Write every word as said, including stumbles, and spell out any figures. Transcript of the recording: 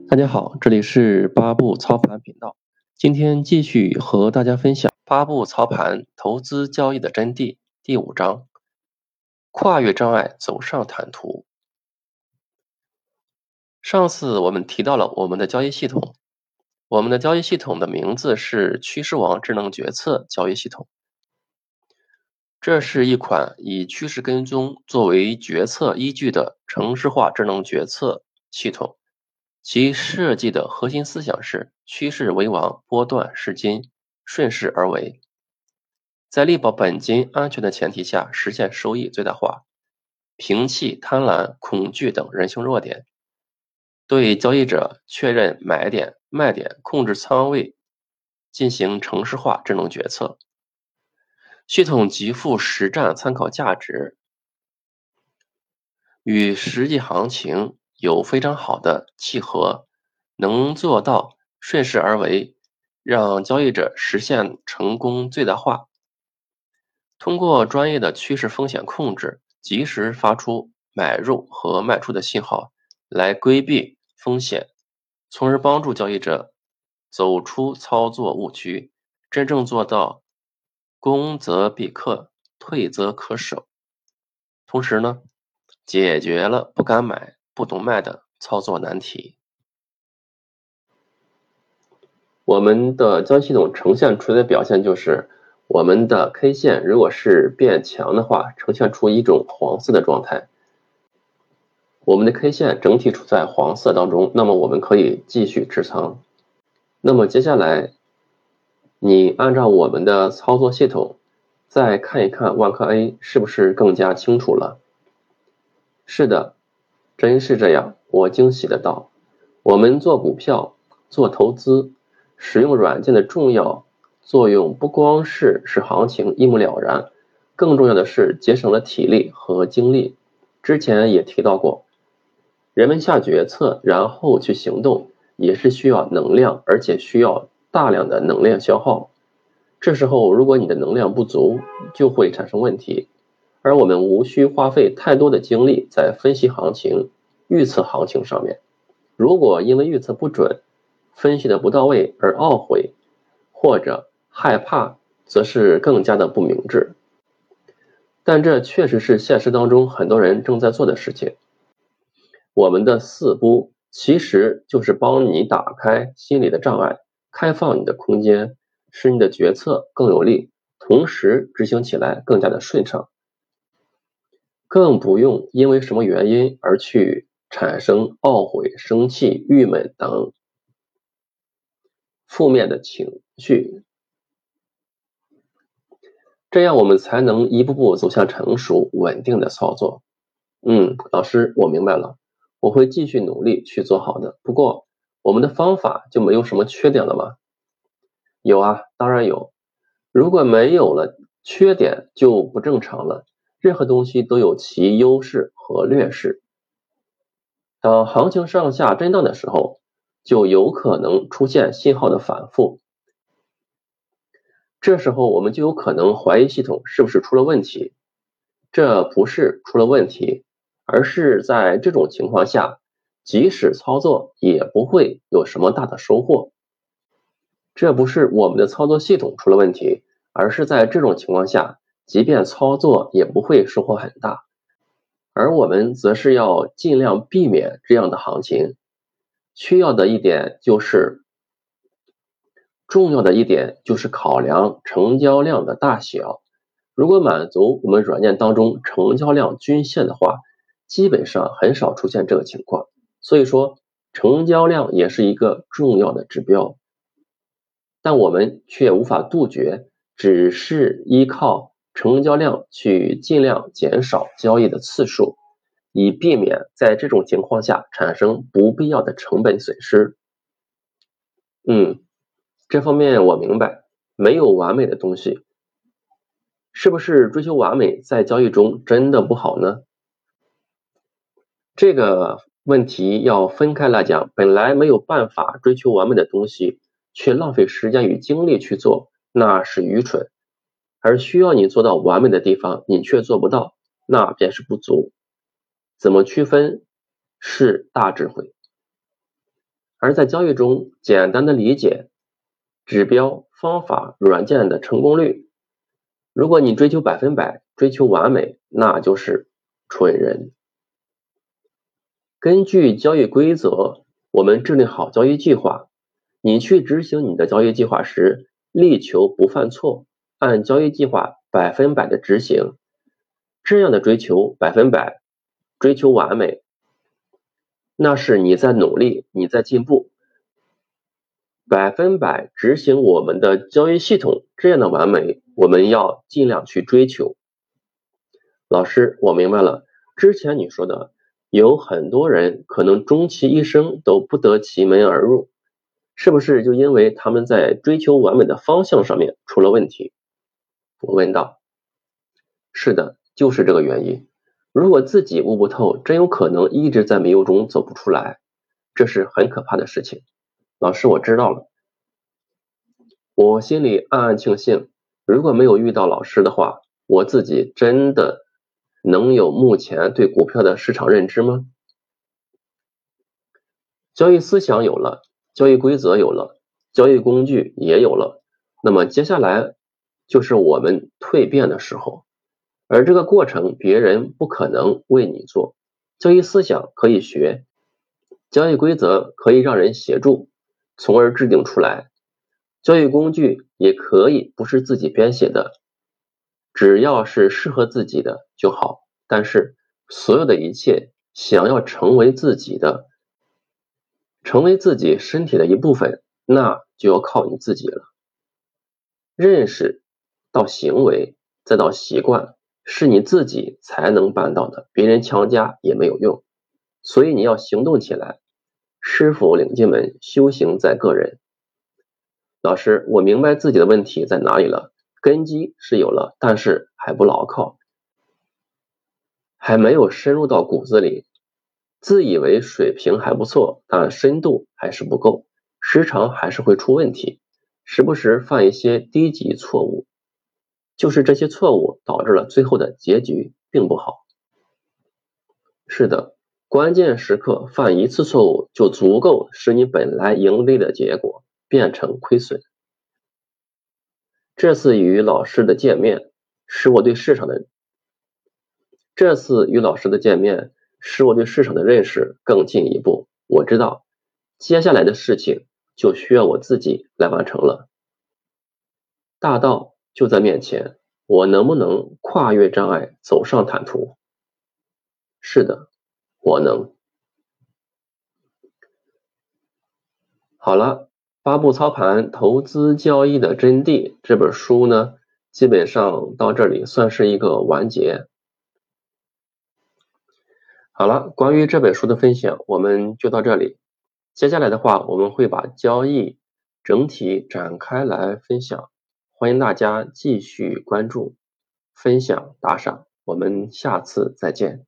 大家好，这里是八步操盘频道。今天继续和大家分享八步操盘投资交易的真谛第五章：跨越障碍走上坦途。上次我们提到了我们的交易系统，我们的交易系统的名字是趋势网智能决策交易系统。这是一款以趋势跟踪作为决策依据的程式化智能决策系统。其设计的核心思想是趋势为王，波段是金，顺势而为，在力保本金安全的前提下实现收益最大化，平弃贪婪、恐惧等人性弱点，对交易者确认买点、卖点、控制仓位进行程式化智能决策。系统极富实战参考价值，与实际行情有非常好的契合，能做到顺势而为，让交易者实现成功最大化。通过专业的趋势风险控制，及时发出买入和卖出的信号，来规避风险，从而帮助交易者走出操作误区，真正做到攻则必克，退则可守。同时呢，解决了不敢买、不懂卖的操作难题。我们的交易系统呈现出来的表现就是，我们的 K 线如果是变强的话，呈现出一种黄色的状态。我们的 K 线整体处在黄色当中，那么我们可以继续持仓。那么接下来，你按照我们的操作系统，再看一看万科 A 是不是更加清楚了？是的，真是这样，我惊喜的道，我们做股票、做投资，使用软件的重要作用不光是使行情一目了然，更重要的是节省了体力和精力。之前也提到过，人们下决策然后去行动，也是需要能量，而且需要大量的能量消耗。这时候如果你的能量不足，就会产生问题。而我们无需花费太多的精力在分析行情、预测行情上面。如果因为预测不准、分析的不到位而懊悔或者害怕，则是更加的不明智。但这确实是现实当中很多人正在做的事情。我们的四步其实就是帮你打开心理的障碍，开放你的空间，使你的决策更有力，同时执行起来更加的顺畅。更不用因为什么原因而去产生懊悔、生气、郁闷等负面的情绪，这样我们才能一步步走向成熟稳定的操作。嗯，老师，我明白了，我会继续努力去做好的。不过我们的方法就没有什么缺点了吗？有啊，当然有。如果没有了缺点就不正常了。任何东西都有其优势和劣势。当行情上下震荡的时候，就有可能出现信号的反复。这时候我们就有可能怀疑系统是不是出了问题。这不是出了问题，而是在这种情况下，即使操作也不会有什么大的收获。这不是我们的操作系统出了问题，而是在这种情况下，即便操作也不会收获很大。而我们则是要尽量避免这样的行情。需要的一点就是重要的一点就是考量成交量的大小。如果满足我们软件当中成交量均线的话，基本上很少出现这个情况。所以说成交量也是一个重要的指标，但我们却无法杜绝，只是依靠成交量去尽量减少交易的次数，以避免在这种情况下产生不必要的成本损失。嗯，这方面我明白，没有完美的东西。是不是追求完美在交易中真的不好呢？这个问题要分开来讲，本来没有办法追求完美的东西，却浪费时间与精力去做，那是愚蠢。而需要你做到完美的地方，你却做不到，那便是不足。怎么区分是大智慧。 而在交易中，简单的理解指标、方法、软件的成功率。如果你追求百分百，追求完美，那就是蠢人。根据交易规则，我们制定好交易计划。你去执行你的交易计划时，力求不犯错，按交易计划百分百的执行。这样的追求百分百，追求完美，那是你在努力，你在进步。百分百执行我们的交易系统，这样的完美，我们要尽量去追求。老师，我明白了，之前你说的，有很多人可能终其一生都不得其门而入，是不是就因为他们在追求完美的方向上面出了问题？我问道。是的，就是这个原因。如果自己悟不透，真有可能一直在迷雾中走不出来，这是很可怕的事情。老师，我知道了。我心里暗暗庆幸，如果没有遇到老师的话，我自己真的能有目前对股票的市场认知吗？交易思想有了，交易规则有了，交易工具也有了，那么接下来就是我们蜕变的时候，而这个过程别人不可能为你做。交易思想可以学，交易规则可以让人协助，从而制定出来。交易工具也可以不是自己编写的，只要是适合自己的就好。但是所有的一切想要成为自己的，成为自己身体的一部分，那就要靠你自己了。认识到行为，再到习惯，是你自己才能办到的，别人强加也没有用。所以你要行动起来。师傅领进门，修行在个人。老师，我明白自己的问题在哪里了，根基是有了，但是还不牢靠，还没有深入到骨子里。自以为水平还不错，但深度还是不够，时常还是会出问题，时不时犯一些低级错误，就是这些错误导致了最后的结局并不好。是的，关键时刻犯一次错误就足够使你本来盈利的结果变成亏损。这次与老师的见面，使我对市场的这次与老师的见面，使我对市场的认识更进一步。我知道，接下来的事情就需要我自己来完成了。大道就在面前，我能不能跨越障碍，走上坦途？是的，我能。好了，八步操盘投资交易的真谛这本书呢，基本上到这里算是一个完结。好了，关于这本书的分享我们就到这里。接下来的话，我们会把交易整体展开来分享，欢迎大家继续关注、分享、打赏，我们下次再见。